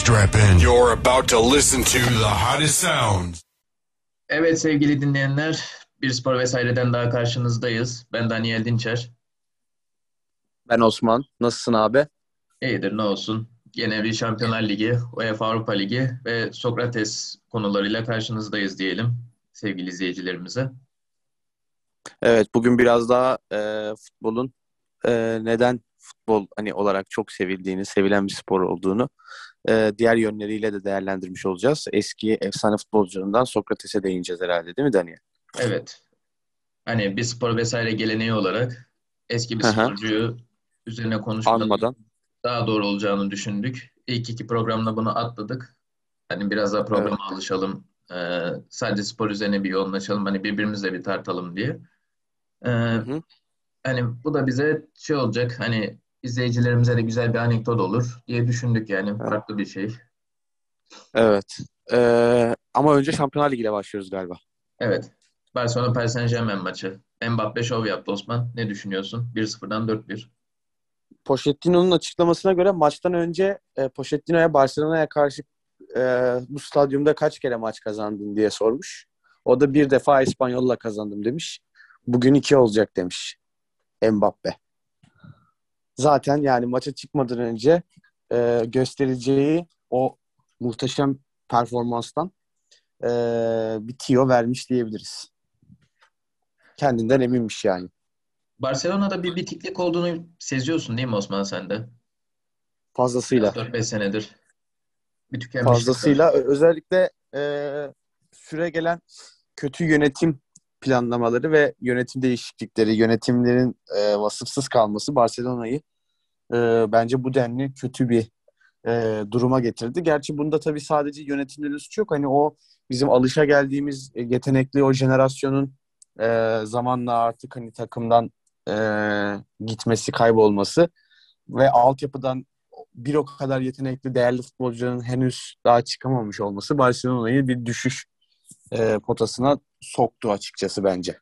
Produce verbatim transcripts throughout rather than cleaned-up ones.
Strap in. You're about to listen to the hottest sounds. Evet sevgili dinleyenler, Bir Spor Vesaire'den daha karşınızdayız. Ben Daniel Dinçer. Ben Osman. Nasılsın abi? İyidir ne olsun. Yine bir Şampiyonlar Ligi, UEFA Avrupa Ligi ve Sokrates konularıyla karşınızdayız diyelim sevgili izleyicilerimize. Evet, bugün biraz daha e, futbolun e, neden futbol hani olarak çok sevildiğini, sevilen bir spor olduğunu e, diğer yönleriyle de değerlendirmiş olacağız. Eski efsane futbolcularından Sokrates'e değineceğiz herhalde, değil mi Daniel? Evet. Hani Bir Spor Vesaire geleneği olarak eski bir Hı hı. sporcuyu üzerine konuşmanın Anmadan. daha doğru olacağını düşündük. İlk iki programda bunu atladık. Hani biraz daha Evet. programa alışalım. Ee, sadece spor üzerine bir yoğunlaşalım. Hani birbirimizle bir tartalım diye. Ee, Hı hı. Hani bu da bize şey olacak. Hani izleyicilerimize de güzel bir anekdot olur diye düşündük yani. Evet. Farklı bir şey. Evet. E, ama önce Şampiyonlar Ligi ile başlıyoruz galiba. Evet. Barcelona Paris Saint-Germain maçı. Mbappe şov yaptı Osman. Ne düşünüyorsun? bir sıfırdan dört bir. Pochettino'nun açıklamasına göre maçtan önce e, Pochettino'ya Barcelona'ya karşı e, bu stadyumda kaç kere maç kazandın diye sormuş. O da bir defa İspanyol'la kazandım demiş. Bugün iki olacak demiş Mbappe. Zaten yani maça çıkmadan önce e, göstereceği o muhteşem performanstan e, bir tiyo vermiş diyebiliriz. Kendinden eminmiş yani. Barcelona'da bir bitiklik olduğunu seziyorsun değil mi Osman sen de? Fazlasıyla. dört beş senedir. Bir tükenmişlik var. Fazlasıyla Ö- özellikle e, süre gelen kötü yönetim planlamaları ve yönetim değişiklikleri, yönetimlerin e, vasıfsız kalması Barcelona'yı e, bence bu denli kötü bir e, duruma getirdi. Gerçi bunda tabii sadece yönetimlerin suçu yok. Hani o bizim alışa geldiğimiz e, yetenekli o jenerasyonun e, zamanla artık hani takımdan e, gitmesi, kaybolması ve altyapıdan bir o kadar yetenekli, değerli futbolcuların henüz daha çıkamamış olması Barcelona'yı bir düşüş e, potasına soktu açıkçası bence.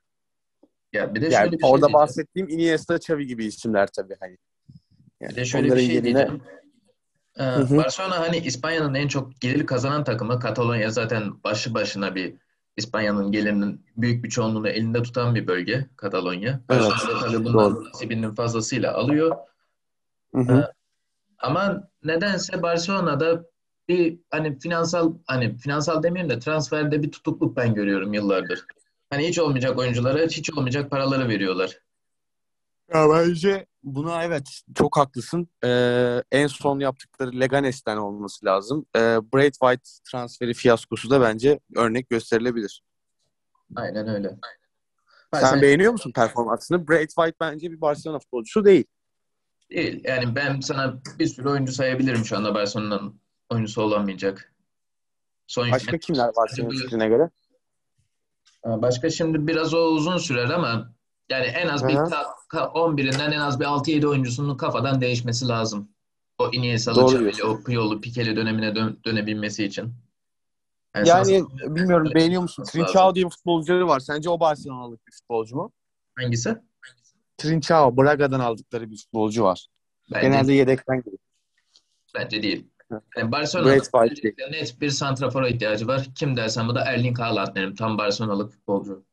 Ya bir de Yani şöyle bir şey orada diyeceğim. bahsettiğim Iniesta, Xavi gibi isimler tabii hani. Bir Yani de şöyle bir onların şey yerine. diyeceğim. Ee, Hı hı. Barcelona hani İspanya'nın en çok gelir kazanan takımı. Katalonya zaten başlı başına bir İspanya'nın gelirinin büyük bir çoğunluğunu elinde tutan bir bölge Katalonya. Evet. Barcelona da tabii Doğru. bundan nasibinin fazlasıyla alıyor. Hı Ee, hı. Ama nedense Barcelona'da bir hani finansal hani finansal demeyeyim de transferde bir tutukluk ben görüyorum yıllardır. Hani hiç olmayacak oyunculara hiç olmayacak paraları veriyorlar. Ya bence buna evet çok haklısın. Ee, en son yaptıkları Leganes'ten olması lazım. Ee, Braithwaite transferi fiyaskosu da bence örnek gösterilebilir. Aynen öyle. Paris Sen Saint- beğeniyor musun performansını? Braithwaite bence bir Barcelona futbolcusu değil. Değil. Yani ben sana bir sürü oyuncu sayabilirim şu anda Barcelona'nın oyuncusu olamayacak. Son Başka kimler var senin yani, fikrine göre? başka şimdi biraz o uzun sürer ama yani en az Hı bir hı. ka- ka- on birinden en az bir altı yedi oyuncusunun kafadan değişmesi lazım. O Iniesta'lı, Doğru Xavi'li, diyorsun. o Puyol'lu, Pique'li dönemine dön- dönebilmesi için. Yani Yani santrafor bilmiyorum beğeniyor musun? lazım. Trincao diye bir futbolcuları var. Sence o Barcelona'lık bir futbolcu mu? Hangisi? Trincao, Braga'dan aldıkları bir futbolcu var. Bence Genelde değil. yedekten geliyor. Bence değil. Yani Barcelona'nın Braithwaite değil. öncelikle net bir santrafora ihtiyacı var. Kim dersen bu da Erling Haaland derim. Tam Barcelona'lık futbolcu.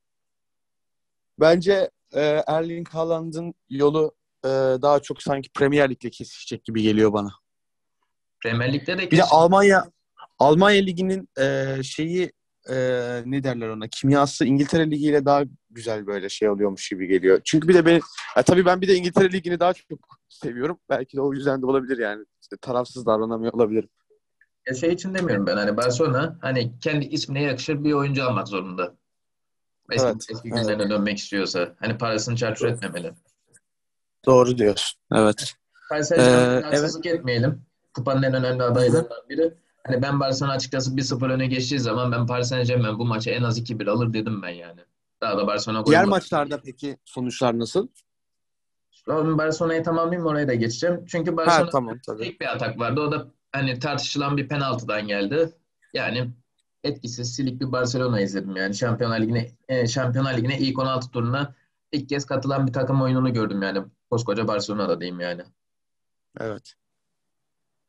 Bence e, Erling Haaland'ın yolu e, daha çok sanki Premier Lig'le kesişecek gibi geliyor bana. Premier Lig'de de Bir de kesin. Almanya Almanya Ligi'nin e, şeyi e, ne derler ona? Kimyası İngiltere Ligi ile daha güzel böyle şey oluyormuş gibi geliyor. Çünkü bir de ben ya tabii ben bir de İngiltere Ligi'ni daha çok seviyorum. Belki de o yüzden de olabilir yani. İşte tarafsız davranamıyor olabilirim. Ya şey için demiyorum ben hani Barcelona hani kendi ismine yakışır bir oyuncu almak zorunda. Eski, Evet. eski Evet. günlerine dönmek istiyorsa. Hani parasını çarçur etmemeli. Doğru diyorsun. Evet. Paris Ee, Saint-Germain'e evet. haksızlık etmeyelim. Kupanın en önemli Hı hı. adaylarından biri. Hani ben Barcelona açıkçası bir sıfır öne geçtiği zaman ben Paris Saint-Germain bu maçı en az iki bir alır dedim ben yani. Daha da Barcelona gol Diğer bulamadı. maçlarda peki sonuçlar nasıl? Ben Barcelona'yı tamamlayayım oraya da geçeceğim. Çünkü Ha Barcelona tamam tabii. tek bir atak vardı. O da hani tartışılan bir penaltıdan geldi. Yani etkisiz silik bir Barcelona izledim yani. Şampiyonlar Ligi'ne e, Şampiyonlar Ligi'ne ilk on altı turuna ilk kez katılan bir takım oyununu gördüm yani. Koskoca Barcelona'da diyeyim yani. Evet.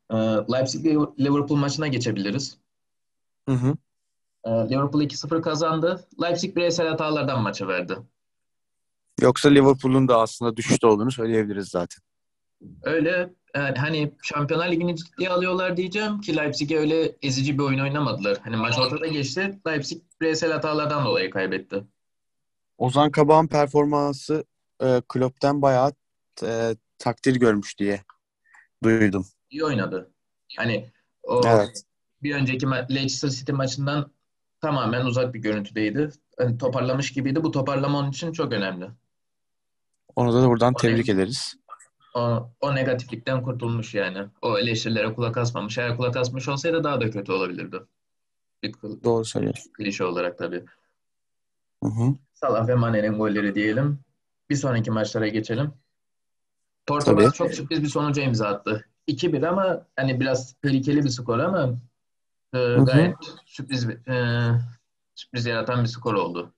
Ee, Leipzig Liverpool maçına geçebiliriz. Hı hı. Ee, Liverpool iki sıfır kazandı. Leipzig bireysel hatalardan maçı verdi. Yoksa Liverpool'un da aslında düşüşte olduğunu söyleyebiliriz zaten. Öyle yani hani Şampiyonlar Ligi'ni ciddiye alıyorlar diyeceğim ki Leipzig'e öyle ezici bir oyun oynamadılar. Hani maç ortada geçti. Leipzig bireysel hatalardan dolayı kaybetti. Ozan Kabak'ın performansı e, Klopp'ten bayağı e, takdir görmüş diye duydum. İyi oynadı. Hani o Evet. bir önceki ma- Leicester City maçından tamamen uzak bir görüntüdeydi. Hani toparlamış gibiydi. Bu toparlama onun için çok önemli. Onu da buradan O, ne- tebrik ederiz. o, o negatiflikten kurtulmuş yani. O eleştirilere kulak asmamış. Eğer kulak asmış olsaydı daha da kötü olabilirdi. Bir kl- Doğru söylüyorsun. klişe olarak tabii. Hı hı. Salah ve Mane'nin golleri diyelim. Bir sonraki maçlara geçelim. Porto Tabii. çok sürpriz bir sonuca imza attı. iki bir ama hani biraz tehlikeli bir skor ama e, Hı hı. gayet sürpriz bir- e, sürpriz yaratan bir skor oldu.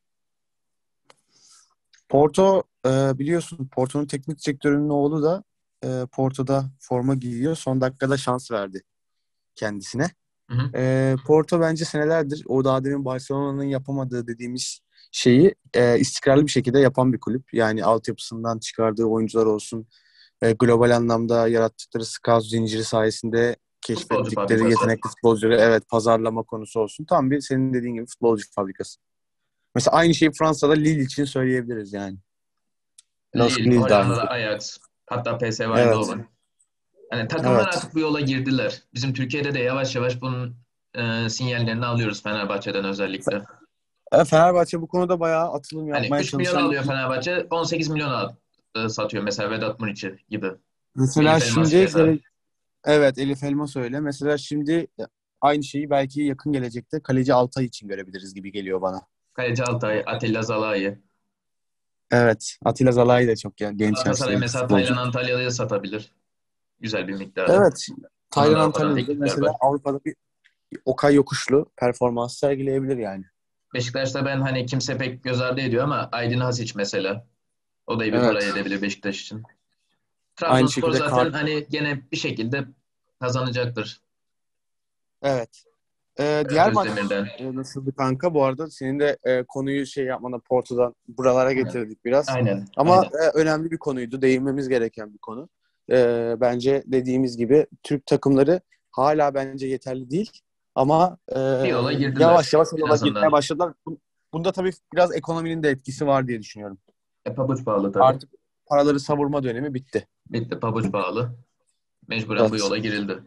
Porto e, biliyorsun Porto'nun teknik direktörünün oğlu da e, Porto'da forma giyiyor. Son dakikada şans verdi kendisine. Hı hı. E, Porto bence senelerdir o daha demin Barcelona'nın yapamadığı dediğimiz şeyi e, istikrarlı bir şekilde yapan bir kulüp. Yani altyapısından çıkardığı oyuncular olsun, e, global anlamda yarattıkları scout zinciri sayesinde Futbolcu keşfettikleri fabrikası. yetenekli futbolcuları, evet, pazarlama konusu olsun. Tam bir senin dediğin gibi futbolcu fabrikası. Mesela aynı şeyi Fransa'da Lille için söyleyebiliriz yani. LOSC Lille, Lille de aynı. Hollanda'da Ajax, hatta P S V Evet. Eindhoven. Hani takımlar Evet. artık bu yola girdiler. Bizim Türkiye'de de yavaş yavaş bunun e, sinyallerini alıyoruz Fenerbahçe'den özellikle. E, Fenerbahçe bu konuda bayağı atılım Hani yapmaya üç milyon çalışan. alıyor Fenerbahçe, on sekiz milyon al- e, satıyor mesela Vedat Muriç'i gibi. Mesela Elif Elmas şimdi keza. gele- evet, Elif Elmas öyle. Mesela şimdi aynı şeyi belki yakın gelecekte kaleci Altay için görebiliriz gibi geliyor bana. Kaleci Altay, Atilla Zalai. Evet. Atilla Zalai de çok ya, genç yaşta Galatasaray bir mesela futbolcu. Taylan Antalyalı'ya satabilir. Güzel bir miktarda. Evet. Ona Taylan da Avrupa'dan Antalyalı da teklifler mesela var. Avrupa'da bir Okay Yokuşlu performans sergileyebilir yani. Beşiktaş'ta ben hani kimse pek göz ardı ediyor ama Aydın Hasic mesela. O da iyi bir para Evet. edebilir Beşiktaş için. Aynı Trabzonspor şekilde Kar zaten hani gene bir şekilde kazanacaktır. evet. Ee, Ferhat diğer maç Özdemir'den. e, nasıldı kanka? Bu arada senin de e, konuyu şey yapmana Porto'dan buralara Aynen. getirdik biraz. Aynen. Ama Aynen. e, önemli bir konuydu. Değinmemiz gereken bir konu. E, bence dediğimiz gibi Türk takımları hala bence yeterli değil. Ama e, Bir yola girdiler yavaş yavaş o en yola gitmeye azından. başladılar. Bu- Bunda tabii biraz ekonominin de etkisi var diye düşünüyorum. E, pabuç pahalı tabii. Artık paraları savurma dönemi bitti. Bitti. Pabuç pahalı. Mecburen bu Evet. yola girildi.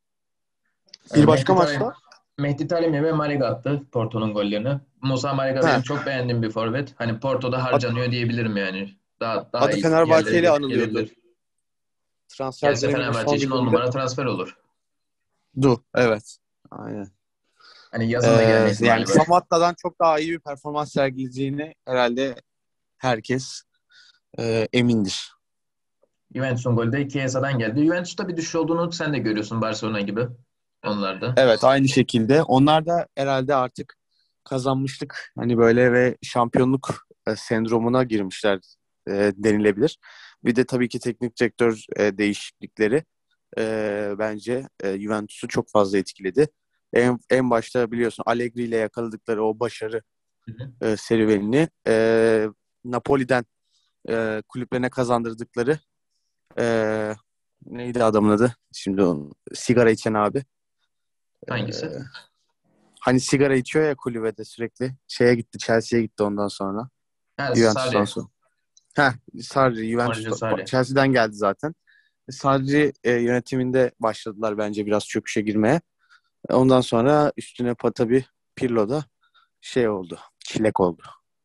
E, Bir başka Mehdi Taremi, maçta Mehdi Taremi ve Mariga attı Porto'nun gollerini. Musa Mariga he, benim çok beğendiğim bir forvet. Hani Porto'da ad- harcanıyor diyebilirim yani. Daha daha adı iyi Fenerbahçe yerlere ile ge- anılıyordu. gelebilir. Transfer Gelse döneminin Fenerbahçe son için on yılında. numara transfer olur. Du, evet. Aynen. Hani yazın da gelme Ee, yani ihtimali var. Samatta'dan çok daha iyi bir performans sergileyeceğini herhalde herkes e, emindir. Juventus'un golü de Chiesa'dan geldi. Juventus'ta bir düşüş olduğunu sen de görüyorsun Barcelona gibi. Onlarda. Evet, aynı şekilde. Onlar da herhalde artık kazanmışlık hani böyle ve şampiyonluk e, sendromuna girmişler e, denilebilir. Bir de tabii ki teknik direktör e, değişiklikleri e, bence e, Juventus'u çok fazla etkiledi. En, en başta biliyorsun Allegri ile yakaladıkları o başarı Hı hı. e, serüvenini e, Napoli'den e, kulüplerine kazandırdıkları e, neydi adamın adı? Şimdi onun, sigara içen abi. E, Hangisi? Hani sigara içiyor ya kulübede sürekli. Şeye gitti, Chelsea'ye gitti ondan sonra. Ha, Juventus'tan Sarri. sonra. Heh, Sarri, Mauricio Juventus'ta, Sarri. Chelsea'den geldi zaten. Sarri e, yönetiminde başladılar bence biraz çöküşe girmeye. Ondan sonra üstüne pa- tabii Pirlo da şey oldu, çilek oldu.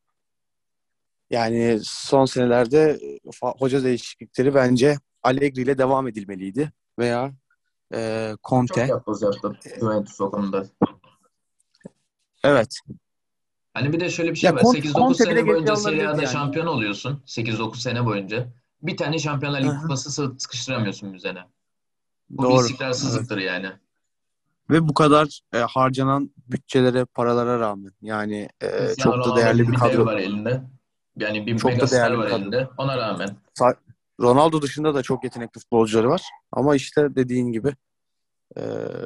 Yani son senelerde fa- hoca değişiklikleri bence Allegri ile devam edilmeliydi. Veya e, Çok Conte. yapboz yaptı Juventus o konuda. Evet. Hani bir de şöyle bir Ya şey var. Conte, sekiz dokuz Conte bile sene geri boyunca Serie alınabilirdi A'da yani. şampiyon oluyorsun. sekiz dokuz sene boyunca. Bir tane Şampiyonlar Hı Ligi hı. kupası sı- sıkıştıramıyorsun üzerine. Bu bir Doğru. Evet. istikrarsızlıktır yani. Ve bu kadar e, harcanan bütçelere, paralara rağmen yani e, Cristiano çok da değerli Ronaldo bir bir dev kadro, var elinde. Yani bir çok da megastar değerli bir var kadro. elinde. Ona rağmen. Sa- Ronaldo dışında da çok yetenekli futbolcuları var. Ama işte dediğin gibi e,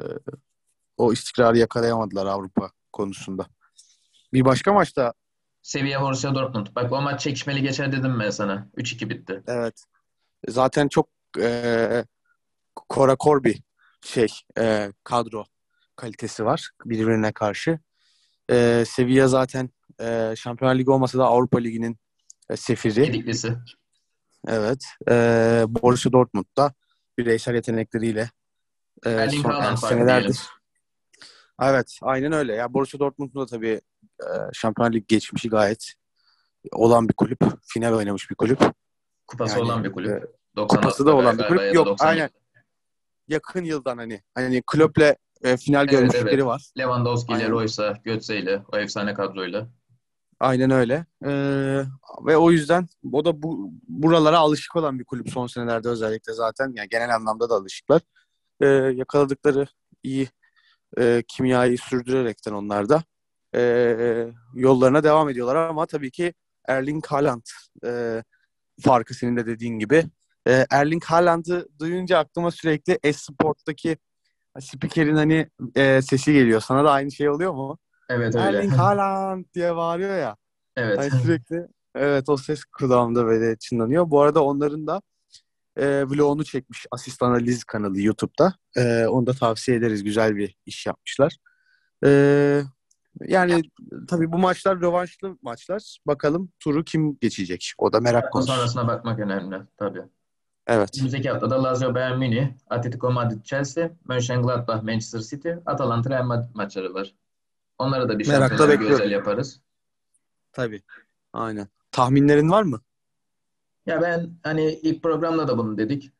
o istikrarı yakalayamadılar Avrupa konusunda. Bir başka maçta Sevilla Borussia Dortmund. Bak o maç çekişmeli geçer dedim ben sana. üç iki bitti. evet zaten çok e, korakor bir şey e, kadro kalitesi var birbirine karşı. E, Sevilla zaten e, Şampiyonlar Ligi olmasa da Avrupa Ligi'nin e, sefiri. Gediklisi. Evet. E, Borussia Dortmund da bireysel yetenekleriyle e, Erling son, yani Haaland farkı diyelim. senelerdir. Evet, aynen öyle. Ya Borussia Dortmund'un da tabii e, Şampiyonlar Ligi geçmişi gayet olan bir kulüp. Final oynamış bir kulüp. Kupası Yani olan bir kulüp. e, kupası da doksan altıda olan bir galiba kulüp. ya da Yok, aynen. doksan yedide. Yakın yıldan hani hani kulüple e, final Evet görmüşlükleri evet. var. Lewandowski ile, Aynen. Royce'la, Götze ile, o efsane kadroyla. Aynen öyle. E, ve o yüzden o da bu buralara alışık olan bir kulüp son senelerde özellikle zaten yani genel anlamda da alışıklar. E, yakaladıkları iyi e, kimyayı sürdürerekten onlar da e, yollarına devam ediyorlar ama tabii ki Erling Haaland e, farkı senin de dediğin gibi. E, Erling Haaland'ı duyunca aklıma sürekli Esport'taki spikerin hani e, sesi geliyor. Sana da aynı şey oluyor mu? Evet öyle. Erling Haaland diye bağırıyor ya. Evet. Hani sürekli evet o ses kulağımda böyle çınlanıyor. Bu arada onların da e, vlogunu çekmiş Asist Analiz kanalı YouTube'da. E, onu da tavsiye ederiz. Güzel bir iş yapmışlar. E, yani tabii bu maçlar rövanşlı maçlar. Bakalım turu kim geçecek? O da merak Hafta konusu. sonrasına bakmak önemli tabii. Evet. Önümüzdeki haftada Lazio Bayern Münih, Atletico Madrid Chelsea, Mönchengladbach Manchester City, Atalanta Real Madrid maçları var. Onlara da bir Merakla Şampiyonlar Ligi bekliyorum. özel yaparız. Tabii. Aynen. Tahminlerin var mı? Ya ben hani ilk programda da bunu dedik.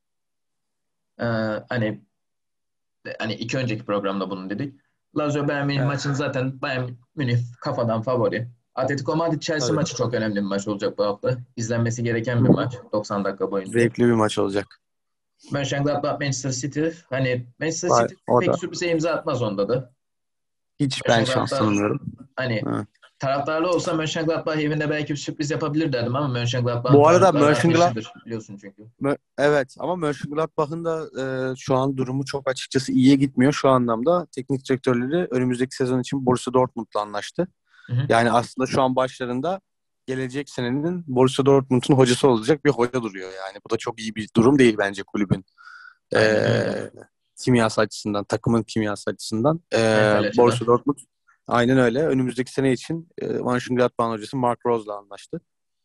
Ee, hani hani iki önceki programda bunu dedik. Lazio Bayern Münih Evet. maçını zaten Bayern Münih kafadan favori. Atletico Madrid Chelsea Tabii. maçı çok önemli bir maç olacak bu hafta. İzlenmesi gereken bir maç doksan dakika boyunca. Zevkli bir maç olacak. Mönchengladbach Manchester City. Hani Manchester Var. City O pek da sürprize imza atmaz onda da. hiç ben şans Mönchengladbach tanımıyorum. hani Evet. taraftarlı olsa Mönchengladbach evinde belki bir sürpriz yapabilir derdim ama Mönchengladbach'ın Bu arada taraftarı Mönchengladbach ateşlidir biliyorsun çünkü. Mö- evet ama Mönchengladbach'ın da e, şu an durumu çok açıkçası iyiye gitmiyor şu anlamda. Teknik direktörleri önümüzdeki sezon için Borussia Dortmund'la anlaştı. Hı hı. Yani aslında şu an başlarında gelecek senenin Borussia Dortmund'un hocası olacak bir hoca duruyor yani. Bu da çok iyi bir durum değil bence kulübün Aynen öyle. e, kimyası açısından, takımın kimyası açısından. E, Mental açıdan. Borussia Dortmund aynen öyle. Önümüzdeki sene için e, Mönchengladbach'ın hocası Mark Rose'la anlaştı.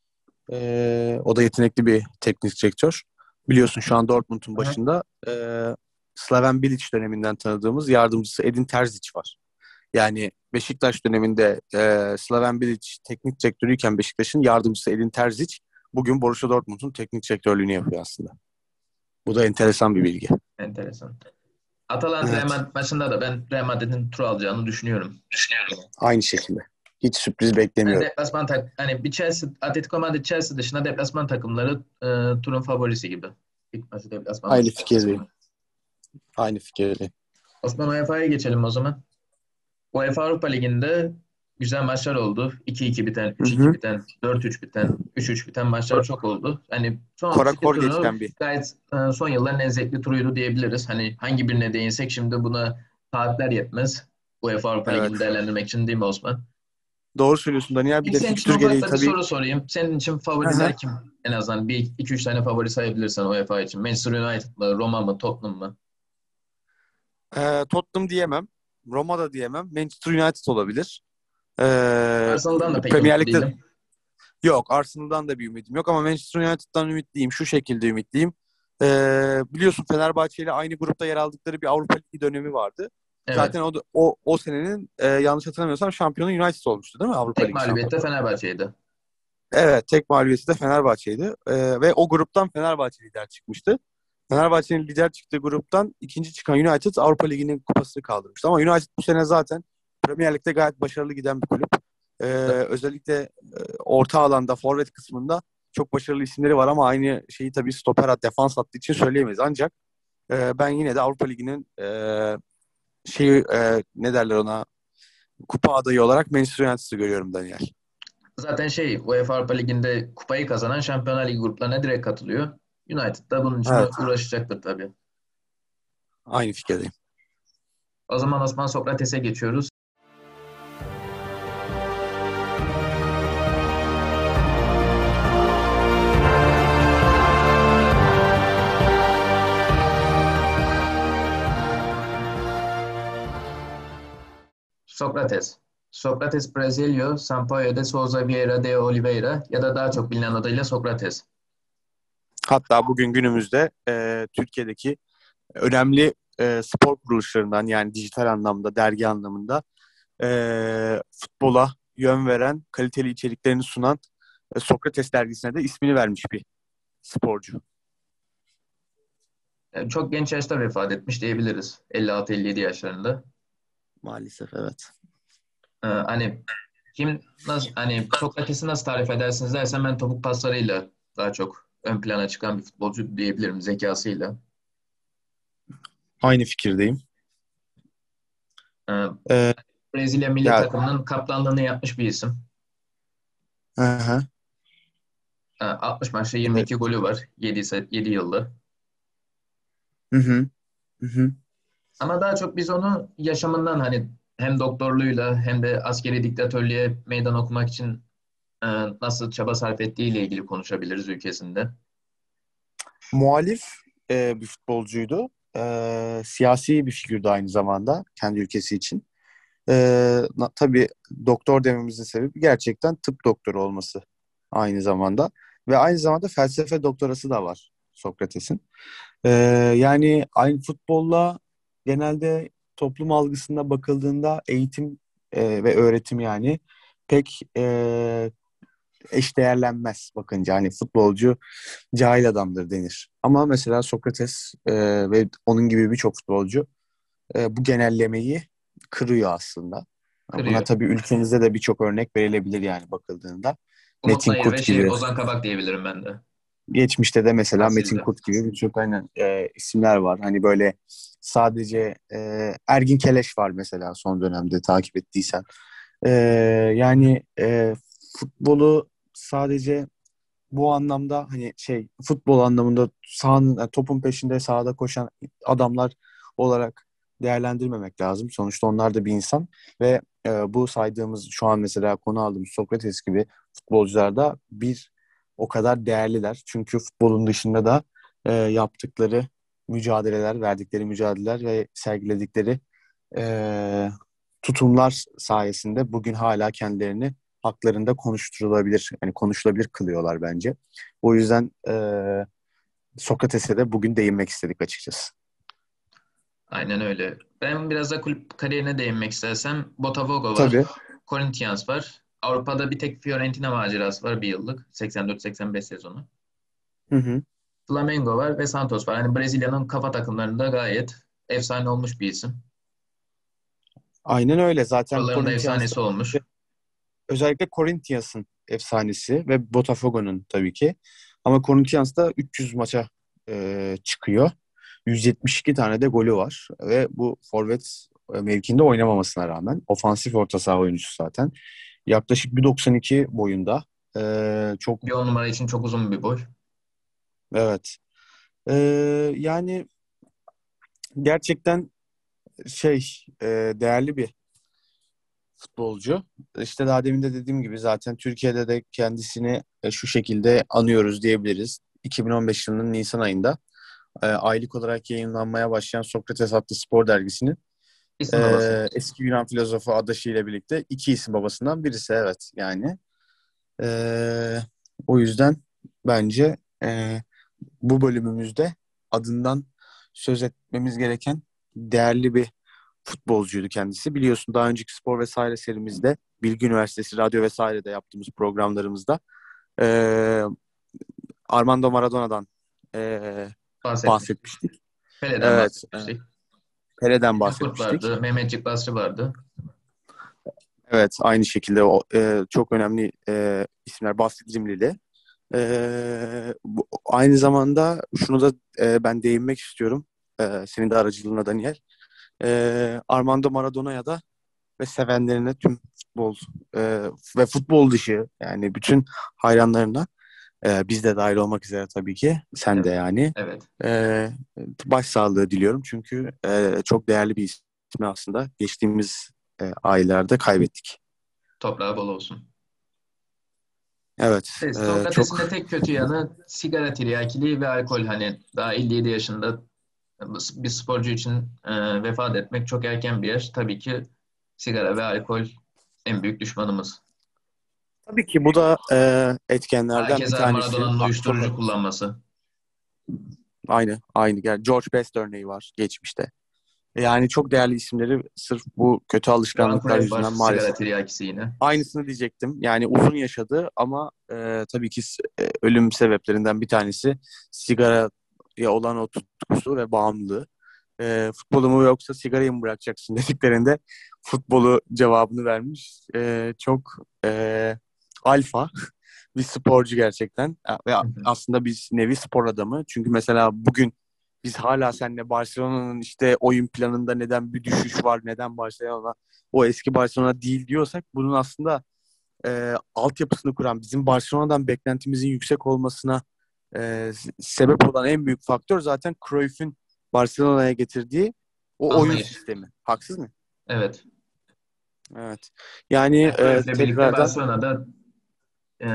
E, o da yetenekli bir teknik direktör. Biliyorsun şu an Dortmund'un Hı hı. başında e, Slaven Bilic döneminden tanıdığımız yardımcısı Edin Terzic var. Yani Beşiktaş döneminde e, Slaven Bilic teknik direktörüyken Beşiktaş'ın yardımcısı Edin Terzic bugün Borussia Dortmund'un teknik direktörlüğünü yapıyor aslında. Bu da enteresan bir bilgi. Enteresan. Atalanta Real Evet. Madrid maçında da ben Real Madrid'in tur alacağını düşünüyorum. Düşünüyorum. Aynı şekilde. Hiç sürpriz Yani beklemiyorum. deplasman tak hani bir Chelsea, Atletico Madrid Chelsea dışında deplasman takımları e, turun favorisi gibi. İlk maçı deplasman Aynı maçı fikirdeyim. deplasman. Aynı fikirdeyim. Osman U E F A'ya geçelim o zaman. UEFA Avrupa Ligi'nde güzel maçlar oldu. iki iki biten, Hı üç iki hı. biten, dört üç biten, üç üç biten maçlar çok oldu. Hani son fikir Korakor turu geçen bir. gayet e, son yılların en zevkli turuydu diyebiliriz. Hani hangi birine değinsek şimdi buna saatler yetmez. UEFA Avrupa Ligi'ni Evet. değerlendirmek için değil mi Osman? Doğru söylüyorsun Daniel. Bir İlk de senin için fikstür ufak gereği da bir tabii. soru sorayım. Senin için Hı hı. favoriler kim? En azından bir iki üç tane favori sayabilirsen UEFA için. Manchester United mı, Roma mı, Tottenham mı? Ee, Tottenham diyemem. Roma da diyemem. Manchester United olabilir. Ee, Arsenal'dan da pek Premier ümitli Lig'de değilim. yok. Arsenal'dan da bir ümidim yok ama Manchester United'dan ümitliyim. Şu şekilde ümitliyim. Ee, biliyorsun Fenerbahçe ile aynı grupta yer aldıkları bir Avrupa Ligi dönemi vardı. Evet. Zaten o da- o, o senenin e, yanlış hatırlamıyorsam şampiyonu United olmuştu değil mi? Avrupa Tek Ligi mağlubiyet de şampiyonu. Fenerbahçe'ydi. Evet, tek mağlubiyeti de Fenerbahçe'ydi. Ee, ve o gruptan Fenerbahçe lider çıkmıştı. Fenerbahçe'nin lider çıktığı gruptan ikinci çıkan United Avrupa Ligi'nin kupasını kaldırmıştı. Ama United bu sene zaten Premier Lig'de gayet başarılı giden bir kulüp. Ee, özellikle e, orta alanda, forvet kısmında çok başarılı isimleri var ama aynı şeyi tabii stoper hat, defans attığı için söyleyemeyiz. Ancak e, ben yine de Avrupa Ligi'nin e, şeyi e, ne derler ona kupa adayı olarak Manchester United'ı görüyorum Daniel. Zaten şey UEFA Avrupa Ligi'nde kupayı kazanan Şampiyonlar Ligi gruplarına direkt katılıyor. United da bunun için Evet. uğraşacaktır tabii. Aynı fikirdeyim. O zaman Osman Sokrates'e geçiyoruz. Sokrates. Sokrates Brasileiro, Sampaio de Souza Vieira de Oliveira ya da daha çok bilinen adıyla Sokrates. Hatta bugün günümüzde e, Türkiye'deki önemli e, spor kuruluşlarından, yani dijital anlamda, dergi anlamında e, futbola yön veren, kaliteli içeriklerini sunan e, Sokrates dergisine de ismini vermiş bir sporcu. Yani çok genç yaşta vefat etmiş diyebiliriz. elli altı elli yedi yaşlarında. Maalesef evet. Ee, hani kim nasıl hani Sokrates'i nasıl tarif edersiniz dersen ben topuk paslarıyla daha çok ön plana çıkan bir futbolcu diyebilirim zekasıyla. Aynı fikirdeyim. Ee, Ee, Brezilya milli ya takımının kaptanlığını yapmış bir isim. hı hı, Ee, altmış maçta evet. yirmi iki golü var yedi, yedi yılda. Hı hı, hı hı. Ama daha çok biz onu yaşamından hani hem doktorluğuyla hem de askeri diktatörlüğe meydan okumak için e, nasıl çaba sarf ettiğiyle ilgili konuşabiliriz ülkesinde. Muhalif e, bir futbolcuydu. E, siyasi bir figürdü aynı zamanda kendi ülkesi için. E, na- tabii doktor dememizin sebebi gerçekten tıp doktoru olması aynı zamanda. Ve aynı zamanda felsefe doktorası da var Sokrates'in. E, yani aynı futbolla genelde toplum algısında bakıldığında eğitim e, ve öğretim yani pek e, eşdeğerlenmez bakınca. Hani futbolcu cahil adamdır denir. Ama mesela Sokrates e, ve onun gibi birçok futbolcu e, bu genellemeyi kırıyor aslında. Buna Kırıyor. tabii ülkemizde de birçok örnek verilebilir yani bakıldığında. Umut Metin Nayır ve Kurt şey gibi. Ozan Kabak diyebilirim ben de. Geçmişte de mesela Metin Brasil'de. Kurt gibi birçok aynen e, isimler var. Hani böyle sadece e, Ergin Keleş var mesela son dönemde takip ettiysen. E, yani e, futbolu sadece bu anlamda hani şey futbol anlamında sahanın yani topun peşinde sahada koşan adamlar olarak değerlendirmemek lazım. Sonuçta onlar da bir insan ve e, bu saydığımız şu an mesela konu aldığımız Sokrates gibi futbolcular da bir o kadar değerliler. Çünkü futbolun dışında da e, yaptıkları mücadeleler, verdikleri mücadeleler ve sergiledikleri e, tutumlar sayesinde bugün hala kendilerini haklarında konuşturulabilir, yani konuşulabilir kılıyorlar bence. O yüzden e, Sokrates'e de bugün değinmek istedik açıkçası. Aynen öyle. Ben biraz da kulüp kariyerine değinmek istersem Botafogo var. Tabii. Corinthians var. Avrupa'da bir tek Fiorentina macerası var bir yıllık. seksen dört seksen beş sezonu. Hı hı. Flamengo var ve Santos var. Hani Brezilya'nın kafa takımlarında gayet efsane olmuş bir isim. Aynen öyle. Zaten Oraların da Corinthians'ta efsanesi olmuş. özellikle Corinthians'ın efsanesi ve Botafogo'nun tabii ki. Ama Corinthians'ta üç yüz maça e, çıkıyor. yüz yetmiş iki tane de golü var ve bu forvet e, mevkinde oynamamasına rağmen ofansif orta saha oyuncusu zaten. Yaklaşık bir doksan iki boyunda. E, çok Bir on numara için çok uzun bir boy. evet. E, yani gerçekten şey e, değerli bir futbolcu. İşte daha demin de dediğim gibi zaten Türkiye'de de kendisini e, şu şekilde anıyoruz diyebiliriz. iki bin on beş yılının Nisan ayında e, aylık olarak yayınlanmaya başlayan Sokrates adlı spor dergisinin İsim babası. e, eski Yunan filozofu Adaşı ile birlikte iki isim babasından birisi, evet yani. E, o yüzden bence e, bu bölümümüzde adından söz etmemiz gereken değerli bir futbolcuydu kendisi. Biliyorsun daha önceki spor vesaire serimizde Bilgi Üniversitesi Radyo vesairede yaptığımız programlarımızda e, Armando Maradona'dan e, Bahsetmiştik. bahsetmiştik. Pele'den Evet, e, bahsetmiştik. Pele'den Metin Kurt bahsetmiştik. vardı. Mehmetçik Basri vardı. Evet, aynı şekilde o e, çok önemli e, isimler. Basri Cimrili. E, bu, aynı zamanda şunu da e, ben değinmek istiyorum. E, senin de aracılığına Daniel. E, Armando Maradona'ya da ve sevenlerine tüm futbol e, ve futbol dışı yani bütün hayranlarına Ee, biz de dahil olmak üzere tabii ki. Sen Evet. de yani. Evet. Ee, başsağlığı diliyorum çünkü e, çok değerli bir ismi aslında. Geçtiğimiz e, aylarda kaybettik. Toprağı bol olsun. Evet. Evet, e, Sokrates'in de çok tek kötü yanı sigara tiryakiliği ve alkol. Hani daha elli yedi yaşında bir sporcu için e, vefat etmek çok erken bir yaş. Tabii ki sigara ve alkol en büyük düşmanımız. tabii ki bu da e, etkenlerden bir Hakeza tanesi. Maradona'nın Ha, çok uyuşturucu haklısın. kullanması. Aynı, aynı. Yani George Best örneği var geçmişte. Yani çok değerli isimleri sırf bu kötü Johan alışkanlıklar Cruyff var, yüzünden sigara maalesef. tiryakisi yine. Aynısını diyecektim. Yani uzun yaşadı ama e, tabii ki e, ölüm sebeplerinden bir tanesi sigaraya olan o tutkusu ve bağımlılığı. E, futbolu mu yoksa sigarayı mı bırakacaksın dediklerinde futbolu cevabını vermiş. E, çok e, alfa bir sporcu gerçekten. Ve Hı hı. aslında biz nevi spor adamı. Çünkü mesela bugün biz hala seninle Barcelona'nın işte oyun planında neden bir düşüş var, neden Barcelona o eski Barcelona değil diyorsak bunun aslında e, altyapısını kuran, bizim Barcelona'dan beklentimizin yüksek olmasına e, sebep olan en büyük faktör zaten Cruyff'ün Barcelona'ya getirdiği o oyun Anlayış. sistemi. Haksız mı? Evet. Evet. Yani Yani e, Cruyff'le birlikte tekrardan Barcelona'da e,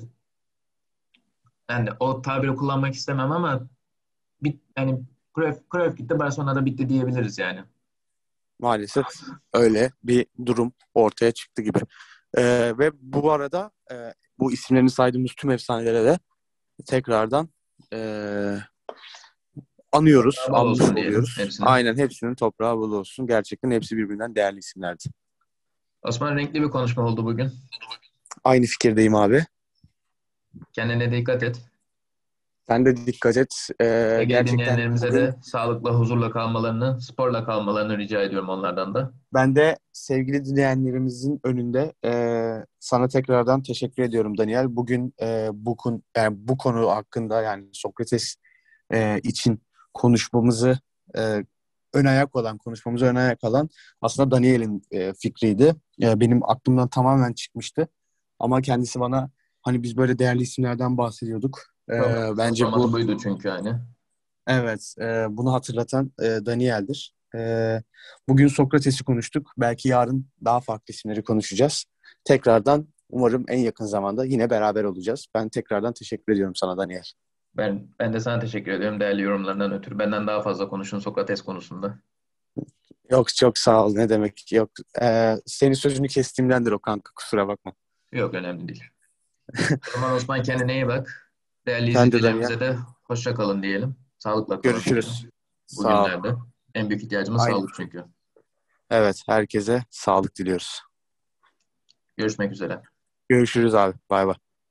yani o tabiri kullanmak istemem ama bit, yani Cruyff, Cruyff gitti, Barcelona'da bitti diyebiliriz yani. maalesef öyle bir durum ortaya çıktı gibi. E, ve bu arada e, bu isimlerini saydığımız tüm efsanelere de tekrardan e, anıyoruz, Toprağı bol anmış olsun diyelim oluyoruz. hepsinin. Aynen hepsinin toprağı bol olsun. Gerçekten hepsi birbirinden değerli isimlerdi. Osman, renkli bir konuşma oldu bugün. Aynı fikirdeyim abi. Kendine dikkat et. Sen de dikkat et. Ee, Sevgili gerçekten dinleyenlerimize bugün de sağlıkla, huzurla kalmalarını, sporla kalmalarını rica ediyorum onlardan da. ben de sevgili dinleyenlerimizin önünde e, sana tekrardan teşekkür ediyorum Daniel. Bugün e, bu, konu, yani bu konu hakkında yani Sokrates e, için konuşmamızı e, ön ayak olan, konuşmamızı ön ayak alan aslında Daniel'in e, fikriydi. E, benim aklımdan tamamen çıkmıştı. Ama kendisi bana hani biz böyle değerli isimlerden bahsediyorduk. E, Programımızın bence formatı bu buydu çünkü hani. evet, e, bunu hatırlatan e, Daniel'dir. E, bugün Sokrates'i konuştuk. Belki yarın daha farklı isimleri konuşacağız. Tekrardan umarım en yakın zamanda yine beraber olacağız. Ben tekrardan teşekkür ediyorum sana Daniel. Ben ben de sana teşekkür ediyorum değerli yorumlarından ötürü. Benden daha fazla konuşun Sokrates konusunda. Yok çok sağ ol. Ne demek? Yok. E, senin sözünü kestiğimdendir o kanka. Kusura bakma. Yok, önemli değil. O zaman Osman, kendine iyi bak. Değerli Sen de Daniel. izleyicilerimize de hoşça kalın diyelim. Sağlıkla kalın diyelim. Görüşürüz. Sağ ol. Bugünlerde. En büyük ihtiyacımız Aynen. sağlık çünkü. Evet. Herkese sağlık diliyoruz. Görüşmek üzere. Görüşürüz abi. Bay bay.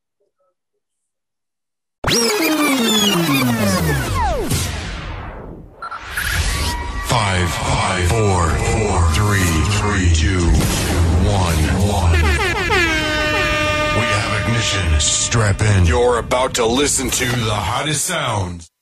Five, five, four, four, three, three, two, one, one. We have ignition. Strap in. You're about to listen to the hottest sounds.